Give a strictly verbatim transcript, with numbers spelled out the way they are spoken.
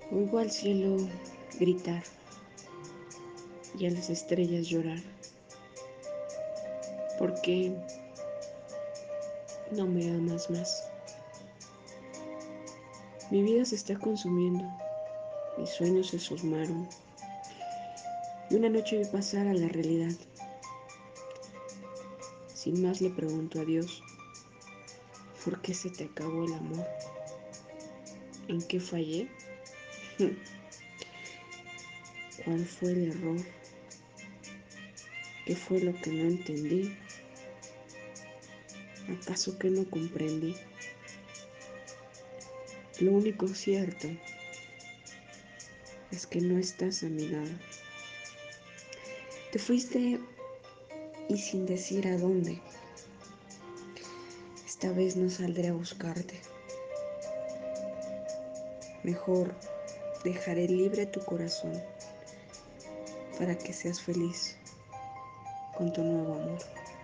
Oigo al cielo gritar y a las estrellas llorar. ¿Por qué no me amas más? Mi vida se está consumiendo, mis sueños se esfumaron y una noche vi pasar a la realidad. Sin más le pregunto a Dios, ¿por qué se te acabó el amor? ¿En qué fallé? ¿Cuál fue el error? ¿Qué fue lo que no entendí? ¿Acaso que no comprendí? Lo único cierto es que no estás a mi lado. Te fuiste y sin decir a dónde. Esta vez no saldré a buscarte. Mejor dejaré libre tu corazón para que seas feliz con tu nuevo amor.